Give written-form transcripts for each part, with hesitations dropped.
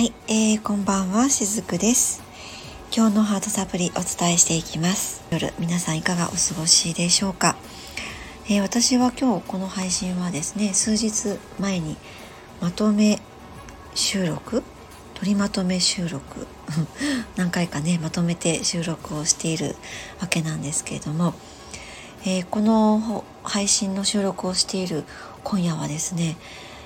はい、こんばんは、しずくです。今日のハートサプリお伝えしていきます。夜、皆さんいかがお過ごしでしょうか。私は今日この配信はですね、数日前にまとめ収録取りまとめ収録何回かねまとめて収録をしているわけなんですけれども、この配信の収録をしている今夜はですね、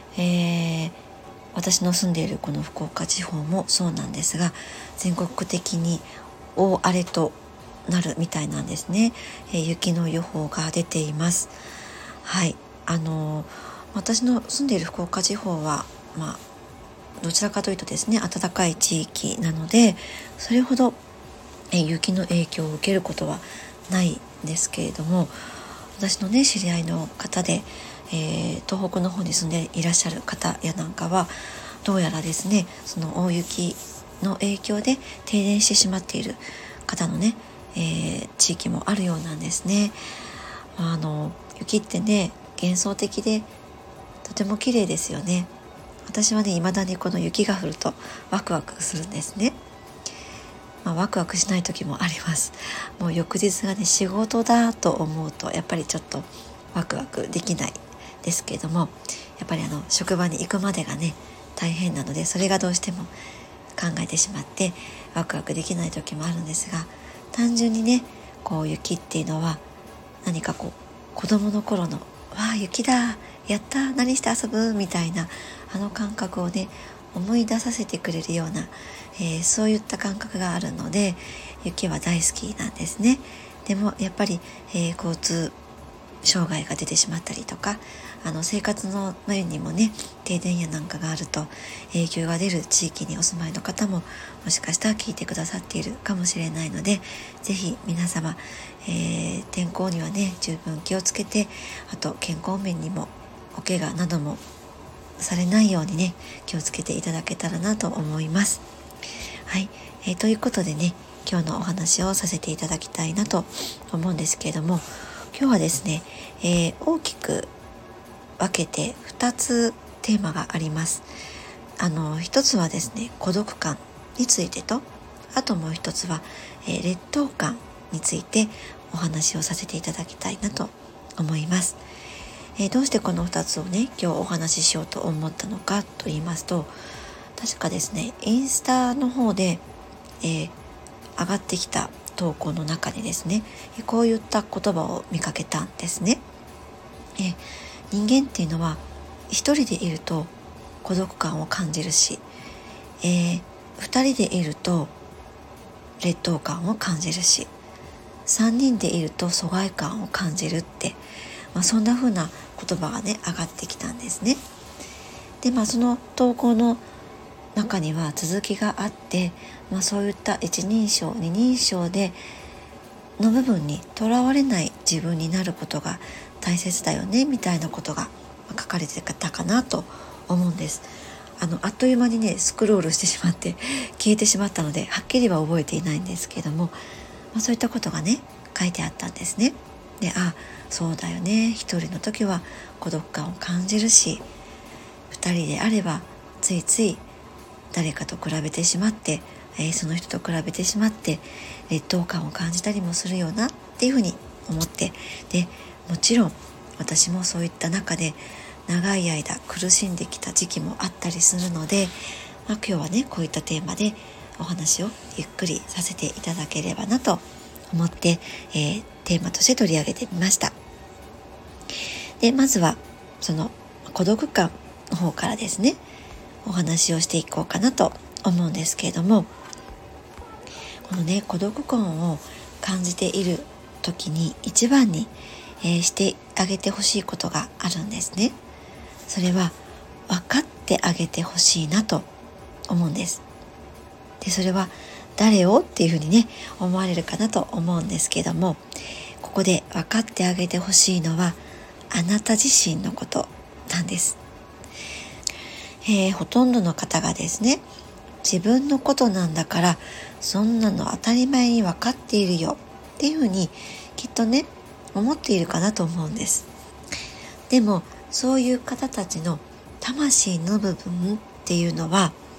私の住んでいるこの福岡地方もそうなんですが、全国的に大荒れとなるみたいなんですね。雪の予報が出ています。はい、私の住んでいる福岡地方はどちらかというとですね、暖かい地域なのでそれほど雪の影響を受けることはないんですけれども、私のね知り合いの方で、東北の方に住んでいらっしゃる方やなんかはどうやらですね、その大雪の影響で停電してしまっている方のね、地域もあるようなんですね。雪ってね幻想的でとても綺麗ですよね。私はね未だにこの雪が降るとワクワクするんですね。ワクワクしない時もあります。もう翌日がね仕事だと思うとやっぱりちょっとワクワクできないですけれども、やっぱり職場に行くまでがね大変なので、それがどうしても考えてしまってワクワクできない時もあるんですが、単純にねこう雪っていうのは何かこう子供の頃のわあ雪だやった何して遊ぶみたいな感覚をね思い出させてくれるような、そういった感覚があるので雪は大好きなんですね。でもやっぱり、交通障害が出てしまったりとか生活の面にもね停電やなんかがあると影響が出る地域にお住まいの方ももしかしたら聞いてくださっているかもしれないので、ぜひ皆様、天候にはね十分気をつけて、あと健康面にもお怪我などもされないようにね気をつけていただけたらなと思います。はい、ということでね今日のお話をさせていただきたいなと思うんですけれども、今日はですね、大きく分けて2つテーマがあります。一つはですね孤独感についてと、あともう一つは、劣等感についてお話をさせていただきたいなと思います。どうしてこの2つをね今日お話ししようと思ったのかと言いますと、確かですねインスタの方で、上がってきた投稿の中にですねこういった言葉を見かけたんですね。人間っていうのは一人でいると孤独感を感じるし、二人でいると劣等感を感じるし、三人でいると疎外感を感じるって、そんな風な言葉がね上がってきたんですね。でその投稿の中には続きがあって、そういった一人称二人称での部分にとらわれない自分になることが大切だよねみたいなことが書かれてたかなと思うんです。あっという間にねスクロールしてしまって消えてしまったのではっきりは覚えていないんですけども、そういったことがね書いてあったんですね。でそうだよね、一人の時は孤独感を感じるし、二人であればついつい誰かと比べてしまって、その人と比べてしまって劣等感を感じたりもするよなっていうふうに思って、でもちろん私もそういった中で長い間苦しんできた時期もあったりするので、今日はねこういったテーマでお話をゆっくりさせていただければなと思って、テーマとして取り上げてみました。でまずはその孤独感の方からですねお話をしていこうかなと思うんですけれども、このね孤独感を感じている時に一番に、してあげてほしいことがあるんですね。それは分かってあげてほしいなと思うんです。でそれは誰をっていうふうにね思われるかなと思うんですけども、ここで分かってあげてほしいのはあなた自身のことなんです。ほとんどの方がですね自分のことなんだからそんなの当たり前に分かっているよっていうふうにきっとね思っているかなと思うんです。でもそういう方たちの魂の部分っていうのは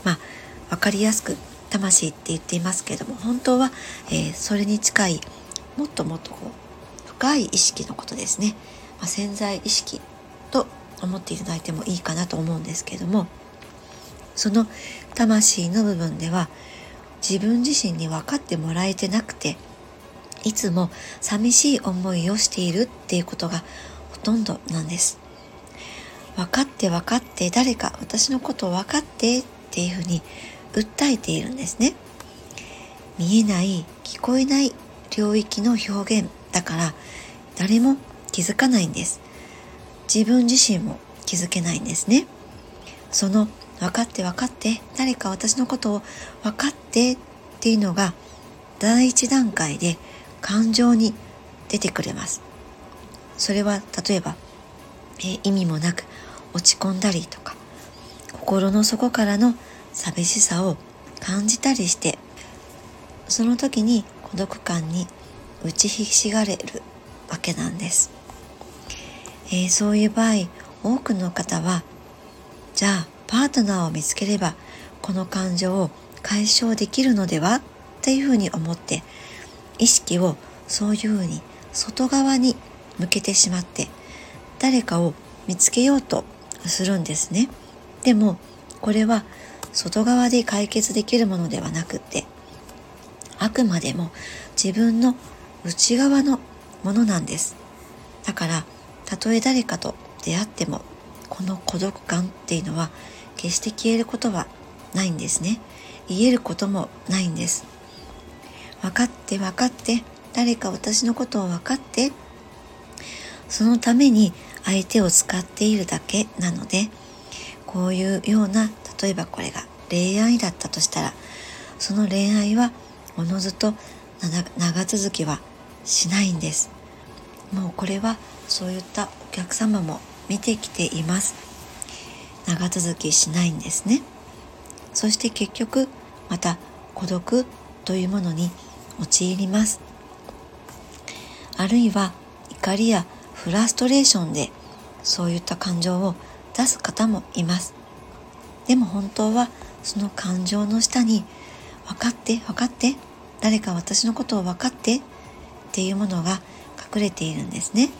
分かりやすく魂って言っていますけれども、本当は、それに近いもっともっと深い意識のことですね。潜在意識と思っていただいてもいいかなと思うんですけれども、その魂の部分では自分自身に分かってもらえてなくて、いつも寂しい思いをしているっていうことがほとんどなんです。分かって分かって、誰か私のことを分かってっていうふうに訴えているんですね。見えない聞こえない領域の表現だから誰も気づかないんです。自分自身も気づけないんですね。その分かって分かって、誰か私のことを分かってっていうのが第一段階で感情に出てくれます。それは例えば、意味もなく落ち込んだりとか、心の底からの寂しさを感じたりして、その時に孤独感に打ちひしがれるわけなんです。そういう場合、多くの方は、じゃあパートナーを見つければこの感情を解消できるのではっていうふうに思って、意識をそういうふうに外側に向けてしまって、誰かを見つけようとするんですね。でもこれは外側で解決できるものではなくって、あくまでも自分の内側のものなんです。だからたとえ誰かと出会っても、この孤独感っていうのは決して消えることはないんですね。癒えることもないんです。分かって分かって、誰か私のことを分かって、そのために相手を使っているだけなので、こういうような、例えばこれが恋愛だったとしたら、その恋愛はおのずと長続きはしないんです。もうこれはそういったお客様も見てきています。長続きしないんですね。そして結局また孤独というものに陥ります。あるいは怒りやフラストレーションでそういった感情を出す方もいます。でも本当はその感情の下に、分かって分かって、誰か私のことを分かってっていうものが隠れているんですね。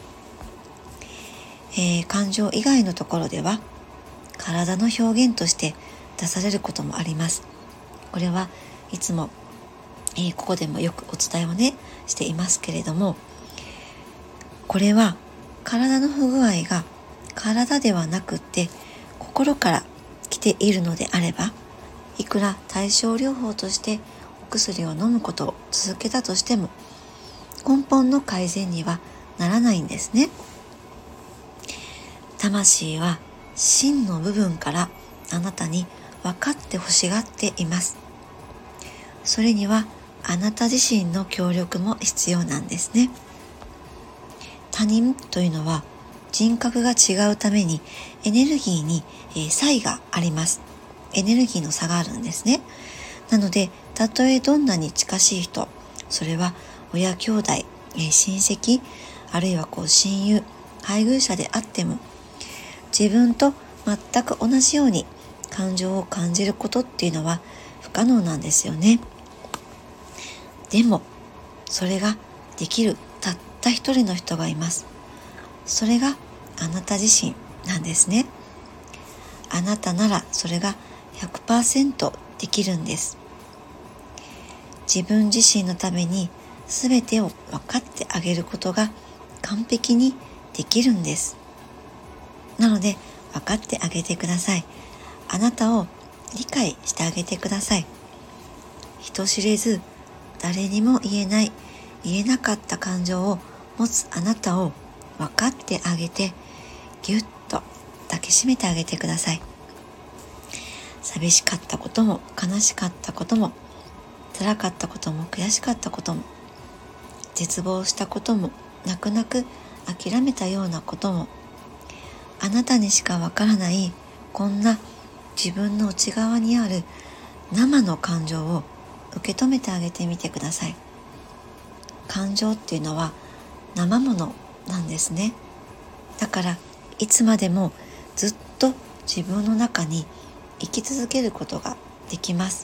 感情以外のところでは体の表現として出されることもあります。これはいつも、ここでもよくお伝えをねしていますけれども、これは体の不具合が体ではなくって心から来ているのであれば、いくら対症療法としてお薬を飲むことを続けたとしても根本の改善にはならないんですね。魂は真の部分からあなたに分かってほしがっています。それにはあなた自身の協力も必要なんですね。他人というのは人格が違うためにエネルギーに差異があります。エネルギーの差があるんですね。なので、たとえどんなに近しい人、それは親兄弟、親戚、あるいは親友、配偶者であっても、自分と全く同じように感情を感じることっていうのは不可能なんですよね。でもそれができるたった一人の人がいます。それがあなた自身なんですね。あなたならそれが 100% できるんです。自分自身のために全てを分かってあげることが完璧にできるんです。なので分かってあげてください。あなたを理解してあげてください。人知れず誰にも言えなかった感情を持つあなたを分かってあげて、ぎゅっと抱きしめてあげてください。寂しかったことも悲しかったことも辛かったことも悔しかったことも絶望したことも泣く泣く諦めたようなことも、あなたにしかわからないこんな自分の内側にある生の感情を受け止めてあげてみてください。感情っていうのは生ものなんですね。だからいつまでもずっと自分の中に生き続けることができます。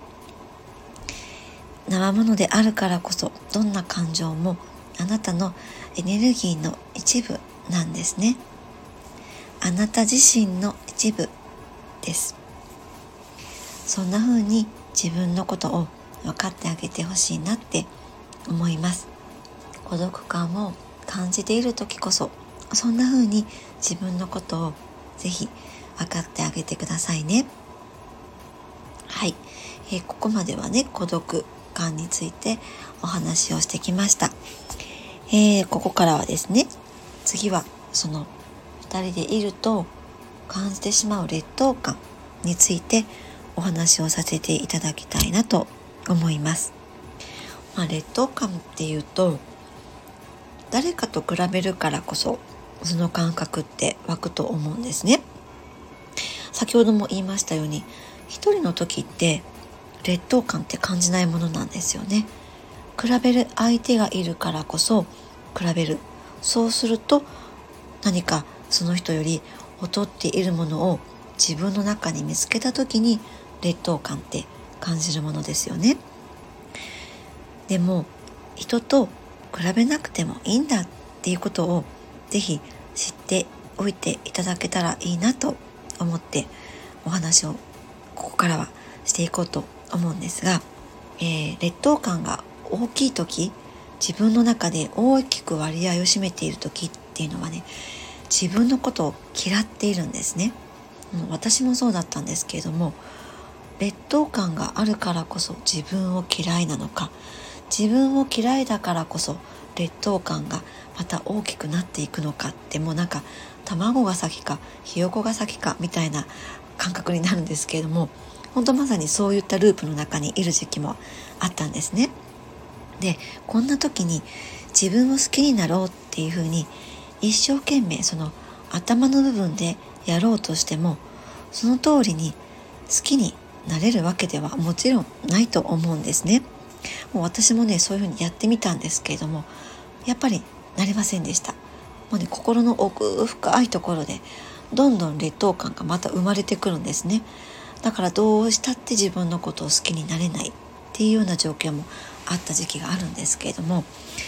生ものであるからこそ、どんな感情もあなたのエネルギーの一部なんですね。あなた自身の一部です。そんな風に自分のことを分かってあげてほしいなって思います。孤独感を感じている時こそ、そんな風に自分のことをぜひ分かってあげてくださいね。はい、ここまではね、孤独感についてお話をしてきました。ここからはですね、次はその2人でいると感じてしまう劣等感についてお話をさせていただきたいなと思います。劣等感っていうと、誰かと比べるからこそその感覚って湧くと思うんですね。先ほども言いましたように、一人の時って劣等感って感じないものなんですよね。比べる相手がいるからこそ比べる。そうすると何かその人より劣っているものを自分の中に見つけた時に劣等感って感じるものですよね。でも人と比べなくてもいいんだっていうことをぜひ知っておいていただけたらいいなと思ってお話をここからはしていこうと思うんですが、劣等感が大きい時、自分の中で大きく割合を占めている時っていうのはね、自分のことを嫌っているんですね。私もそうだったんですけれども、劣等感があるからこそ自分を嫌いなのか、自分を嫌いだからこそ劣等感がまた大きくなっていくのかって、もうなんか卵が先かひよこが先かみたいな感覚になるんですけれども、本当まさにそういったループの中にいる時期もあったんですね。で、こんな時に自分を好きになろうっていうふうに一生懸命その頭の部分でやろうとしても、その通りに好きになれるわけではもちろんないと思うんですね。もう私もね、そういうふうにやってみたんですけれども、やっぱりなれませんでした。もうね、心の奥深いところでどんどん劣等感がまた生まれてくるんですね。だからどうしたって自分のことを好きになれないっていうような状況もあった時期があるんですけれども、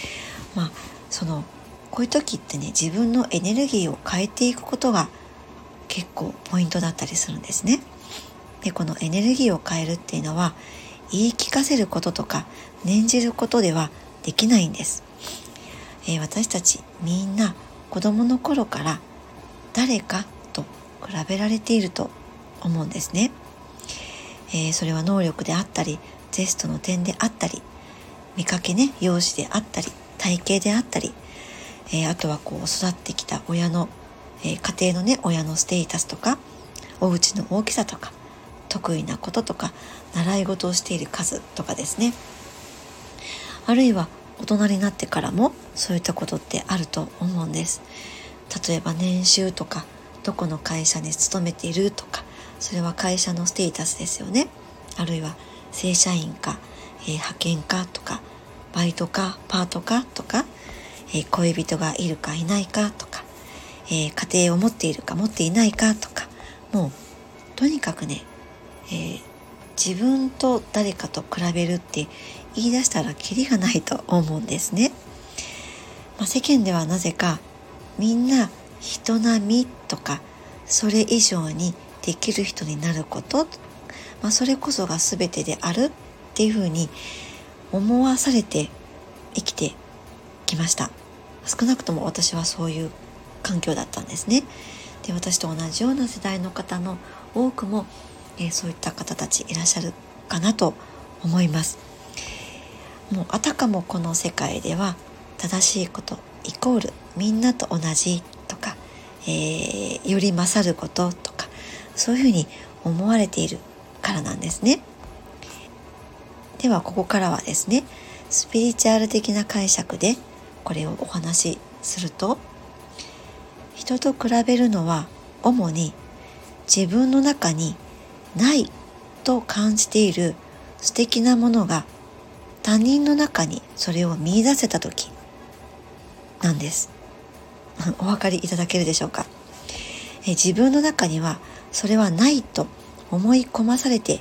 こういう時ってね、自分のエネルギーを変えていくことが結構ポイントだったりするんですね。で、このエネルギーを変えるっていうのは言い聞かせることとか念じることではできないんです。私たちみんな子供の頃から誰かと比べられていると思うんですね。それは能力であったり、テストの点であったり、見かけね、容姿であったり、体型であったり、あとは育ってきた親の、家庭のね、親のステータスとか、お家の大きさとか、得意なこととか、習い事をしている数とかですね。あるいは大人になってからもそういったことってあると思うんです。例えば年収とか、どこの会社に勤めているとか、それは会社のステータスですよね。あるいは正社員か、派遣かとか、バイトかパートかとか、恋人がいるかいないかとか、家庭を持っているか持っていないかとか、もうとにかくね、自分と誰かと比べるって言い出したらキリがないと思うんですね。世間ではなぜかみんな人並みとか、それ以上にできる人になること、それこそが全てであるっていうふうに思わされて生きてきました。少なくとも私はそういう環境だったんですね。で、私と同じような世代の方の多くも、そういった方たちいらっしゃるかなと思います。もうあたかもこの世界では正しいことイコールみんなと同じとか、より勝ることとか、そういうふうに思われているからなんですね。ではここからはですね、スピリチュアル的な解釈でこれをお話しすると、人と比べるのは主に自分の中にないと感じている素敵なものが他人の中にそれを見出せた時なんです。お分かりいただけるでしょうか。自分の中にはそれはないと思い込まされてき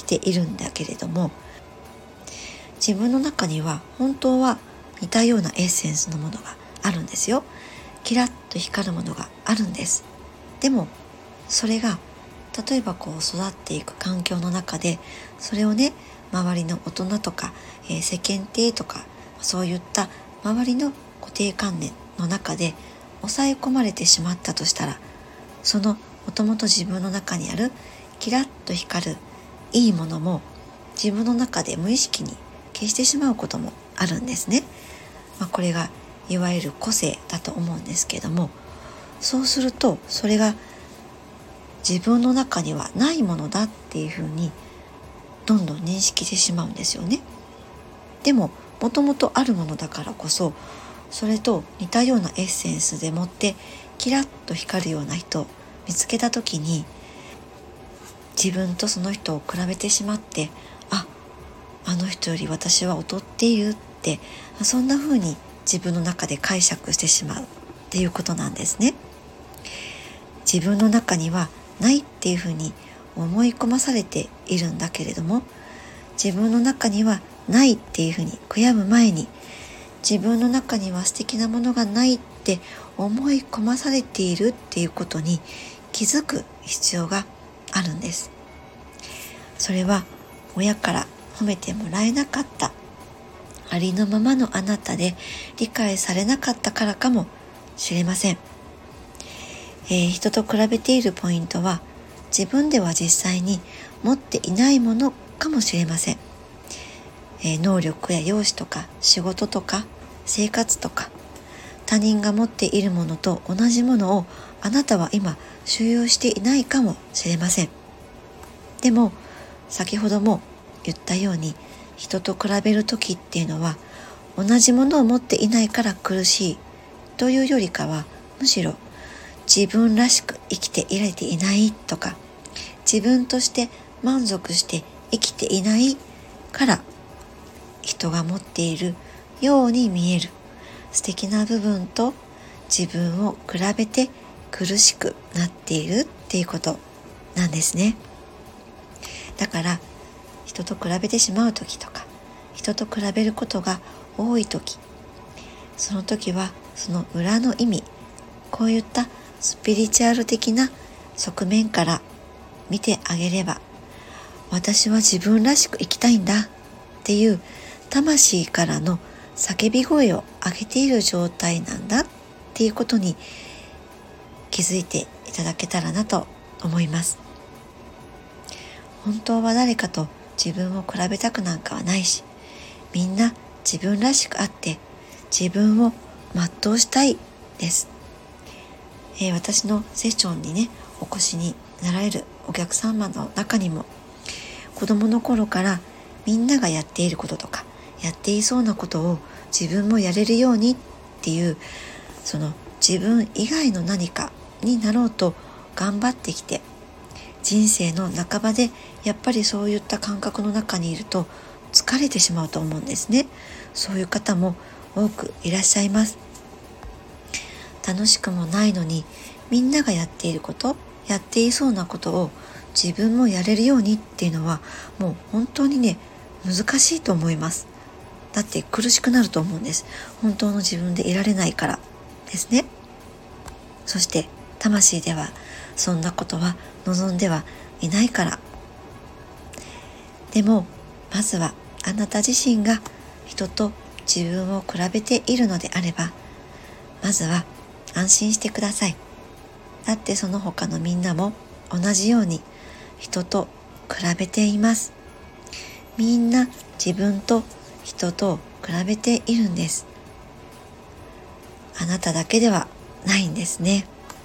ているんだけれども、自分の中には本当は似たようなエッセンスのものがあるんですよ。キラッと光るものがあるんです。でもそれが例えば育っていく環境の中で、それをね、周りの大人とか、世間体とか、そういった周りの固定観念の中で抑え込まれてしまったとしたら、そのもともと自分の中にあるキラッと光るいいものも自分の中で無意識に消してしまうこともあるんですね。これがいわゆる個性だと思うんですけれども、そうするとそれが自分の中にはないものだっていうふうにどんどん認識してしまうんですよね。でももともとあるものだからこそ、それと似たようなエッセンスでもってキラッと光るような人を見つけた時に、自分とその人を比べてしまって、あの人より私は劣っているって、そんな風に自分の中で解釈してしまうっていうことなんですね。自分の中にはないっていう風に思い込まされているんだけれども、自分の中にはないっていう風に悔やむ前に、自分の中には素敵なものがないって思い込まされているっていうことに気づく必要があるんです。それは親から褒めてもらえなかった、ありのままのあなたで理解されなかったからかもしれません。人と比べているポイントは、自分では実際に持っていないものかもしれません。能力や容姿とか仕事とか生活とか、他人が持っているものと同じものをあなたは今収容していないかもしれません。でも先ほども言ったように、人と比べる時っていうのは同じものを持っていないから苦しいというよりかは、むしろ自分らしく生きていられていないとか、自分として満足して生きていないから人が持っているように見える素敵な部分と自分を比べて苦しくなっているっていうことなんですね。だから人と比べてしまう時とか、人と比べることが多い時、その時はその裏の意味、こういったスピリチュアル的な側面から見てあげれば、私は自分らしく生きたいんだっていう魂からの叫び声を上げている状態なんだっていうことに気づいていただけたらなと思います。本当は誰かと自分を比べたくなんかはないし、みんな自分らしくあって自分を全うしたいです。私のセッションにね、お越しになられるお客様の中にも、子供の頃からみんながやっていることとかやっていそうなことを自分もやれるようにっていう、その自分以外の何かになろうと頑張ってきて、人生の半ばでやっぱりそういった感覚の中にいると疲れてしまうと思うんですね。そういう方も多くいらっしゃいます。楽しくもないのに、みんながやっていること、やっていそうなことを自分もやれるようにっていうのは、もう本当にね、難しいと思います。だって苦しくなると思うんです。本当の自分でいられないからですね。そして魂ではそんなことは望んではいないから。でもまずはあなた自身が人と自分を比べているのであれば、まずは安心してください。だってその他のみんなも同じように人と比べています。みんな自分と人と比べているんです。あなただけではないんですね。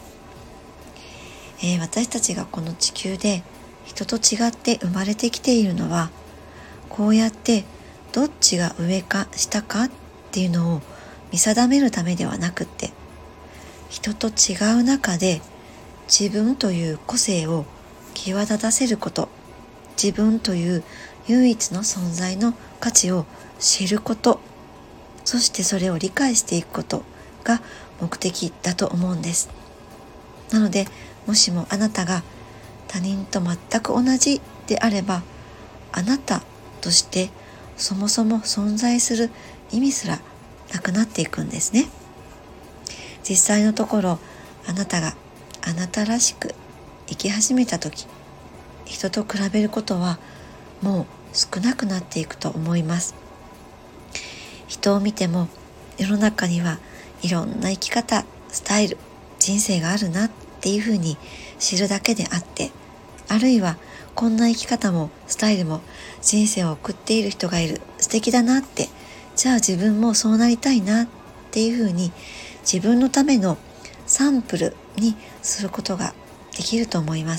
私たちがこの地球で人と違って生まれてきているのは、こうやってどっちが上か下かっていうのを見定めるためではなくって、人と違う中で自分という個性を際立たせること、自分という唯一の存在の価値を知ること、そしてそれを理解していくことが目的だと思うんです。なので、もしもあなたが他人と全く同じであれば、 あなたとしてそもそも存在する意味すらなくなっていくんですね。実際のところ、あなたがあなたらしく生き始めた時、人と比べることはもう少なくなっていくと思います。人を見ても世の中にはいろんな生き方、スタイル、人生があるなっていうふうに知るだけであって、あるいはこんな生き方もスタイルも人生を送っている人がいる、素敵だなって、じゃあ自分もそうなりたいなっていうふうに自分のためのサンプルにすることができると思います。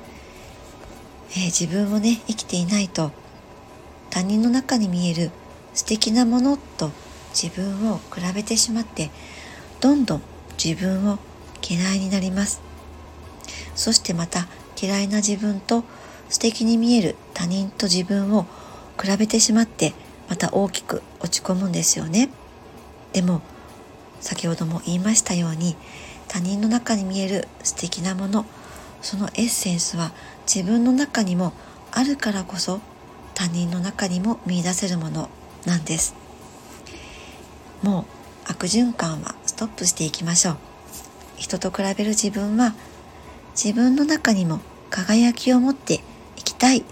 自分をね、生きていないと他人の中に見える素敵なものと自分を比べてしまって、どんどん自分を嫌いになります。そしてまた嫌いな自分と素敵に見える他人と自分を比べてしまって、また大きく落ち込むんですよね。でも先ほども言いましたように、他人の中に見える素敵なもの、そのエッセンスは自分の中にもあるからこそ、他人の中にも見出せるものなんです。もう悪循環はストップしていきましょう。人と比べる自分は自分の中にも輝きを持っていきたいって、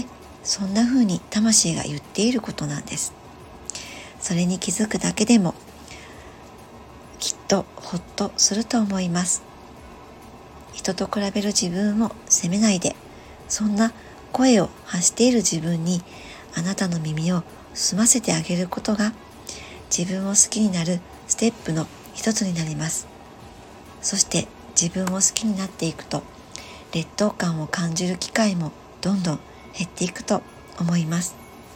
そんな風に魂が言っていることなんです。それに気づくだけでもきっとほっとすると思います。人と比べる自分を責めないで、そんな声を発している自分にあなたの耳を澄ませてあげることが、自分を好きになるステップの一つになります。そして自分を好きになっていくと、劣等感を感じる機会もどんどん減っていくと思います。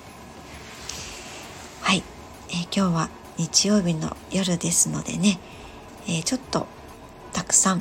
はい、今日は日曜日の夜ですのでね、ちょっとたくさん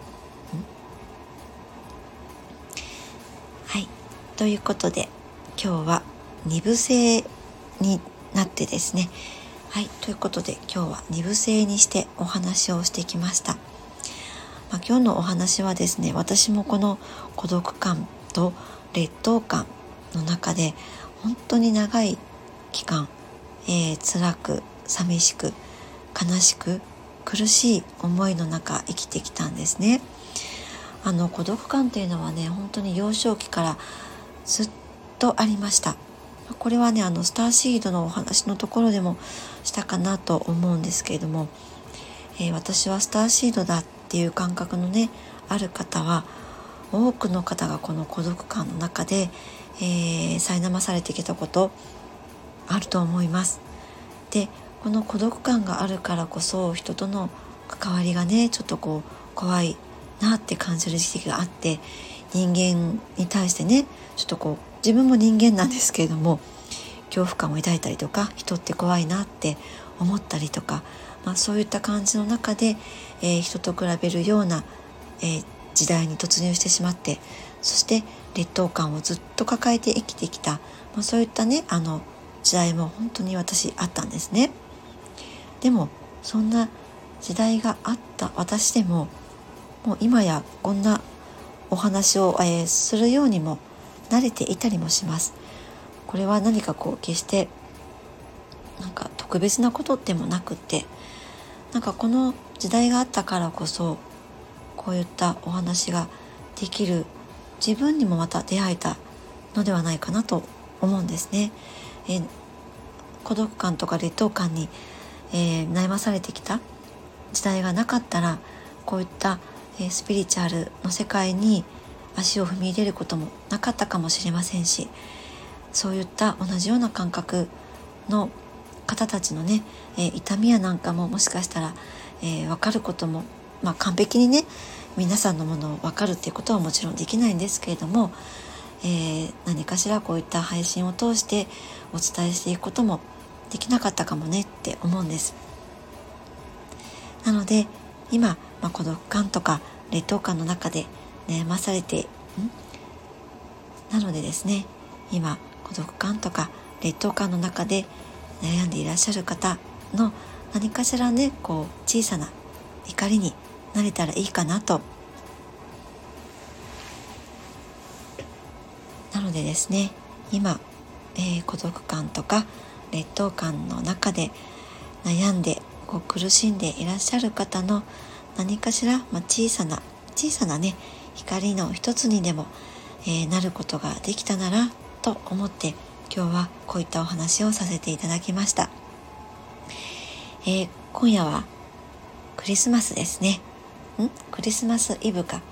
はい、ということで今日は2部制になってですね、はい、ということで今日は2部制にしてお話をしてきました。今日のお話はですね、私もこの孤独感と劣等感の中で本当に長い期間、辛く寂しく悲しく苦しい思いの中生きてきたんですね。孤独感というのはね、本当に幼少期からずっとありました。これはね、スターシードのお話のところでもしたかなと思うんですけれども、私はスターシードだっていう感覚のねある方は、多くの方がこの孤独感の中で、苛まされてきたことあると思います。で、この孤独感があるからこそ、人との関わりがねちょっと怖いなって感じる時期があって、人間に対してねちょっと自分も人間なんですけれども、恐怖感を抱いたりとか、人って怖いなって思ったりとか、そういった感じの中で、人と比べるような、時代に突入してしまって、そして劣等感をずっと抱えて生きてきた、そういったね時代も本当に私あったんですね。でもそんな時代があった私でも、もう今やこんなお話を、するようにも慣れていたりもします。これは何か決して特別なことでもなくって、この時代があったからこそこういったお話ができる自分にもまた出会えたのではないかなと思うんですね。孤独感とか劣等感に、悩まされてきた時代がなかったら、こういった、スピリチュアルの世界に足を踏み入れることもなかったかもしれませんし、そういった同じような感覚の方たちのね、痛みやなんかももしかしたら、分かることも、完璧にね皆さんのものを分かるっていうことはもちろんできないんですけれども、何かしらこういった配信を通してお伝えしていくこともできなかったかもねって思うんです。なので今、孤独感とか劣等感の中で悩まされてなのでですね、今孤独感とか劣等感の中で悩んでいらっしゃる方の何かしらね小さな怒りになれたらいいかなと。なののでですね、今、孤独感とか劣等感の中で悩んで苦しんでいらっしゃる方の何かしら、小さなね光の一つにでも、なることができたならと思って今日はこういったお話をさせていただきました。今夜はクリスマスですね。クリスマスイブか。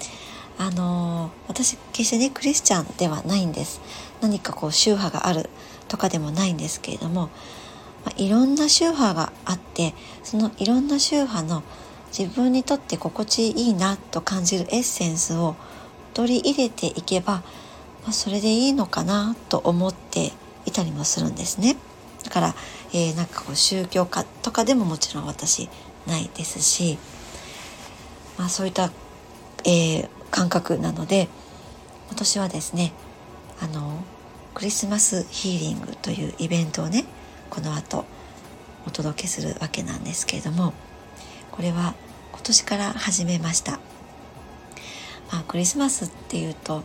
私決してねクリスチャンではないんです。何か宗派があるとかでもないんですけれども、いろんな宗派があって、そのいろんな宗派の自分にとって心地いいなと感じるエッセンスを取り入れていけば、それでいいのかなと思っていたりもするんですね。だから、宗教家とかでももちろん私ないですし、そういった、感覚なので、私はですねクリスマスヒーリングというイベントをねこの後お届けするわけなんですけれども、これは今年から始めました。クリスマスっていうと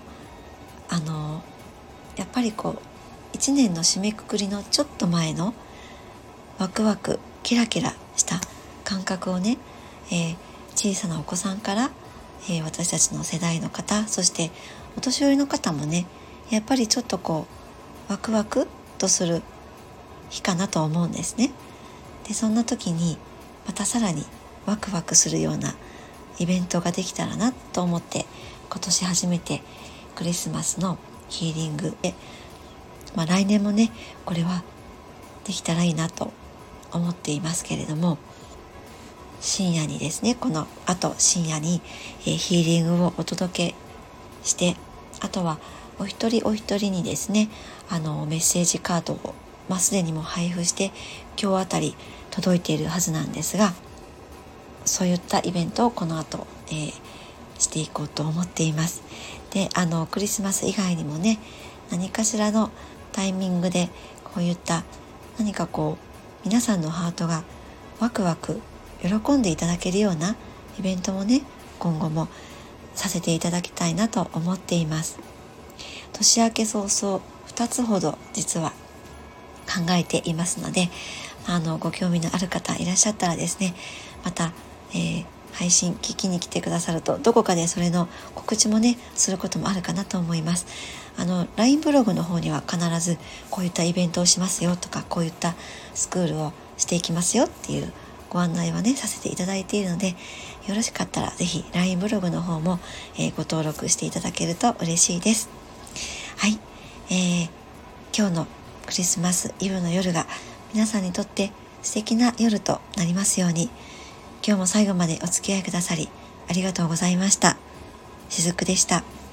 やっぱり一年の締めくくりのちょっと前のワクワクキラキラした感覚をね、小さなお子さんから、私たちの世代の方、そしてお年寄りの方もねやっぱりちょっとワクワクとする日かなと思うんですね。でそんな時にまたさらにワクワクするようなイベントができたらなと思って今年初めてクリスマスのヒーリングで、来年もねこれはできたらいいなと思っていますけれども、深夜にですねこの後深夜に、ヒーリングをお届けして、あとはお一人お一人にですねメッセージカードを、すでにも配布して今日あたり届いているはずなんですが、そういったイベントをこの後、していこうと思っています。でクリスマス以外にもね何かしらのタイミングでこういった何か皆さんのハートがワクワク喜んでいただけるようなイベントもね今後もさせていただきたいなと思っています。年明け早々2つほど実は考えていますので、ご興味のある方いらっしゃったらですねまた、配信聞きに来てくださるとどこかでそれの告知もねすることもあるかなと思います。LINE ブログの方には必ずこういったイベントをしますよとか、こういったスクールをしていきますよっていうご案内はねさせていただいているので、よろしかったらぜひ LINE ブログの方も、ご登録していただけると嬉しいです。はい、今日のクリスマスイブの夜が皆さんにとって素敵な夜となりますように。今日も最後までお付き合いくださりありがとうございました。しずくでした。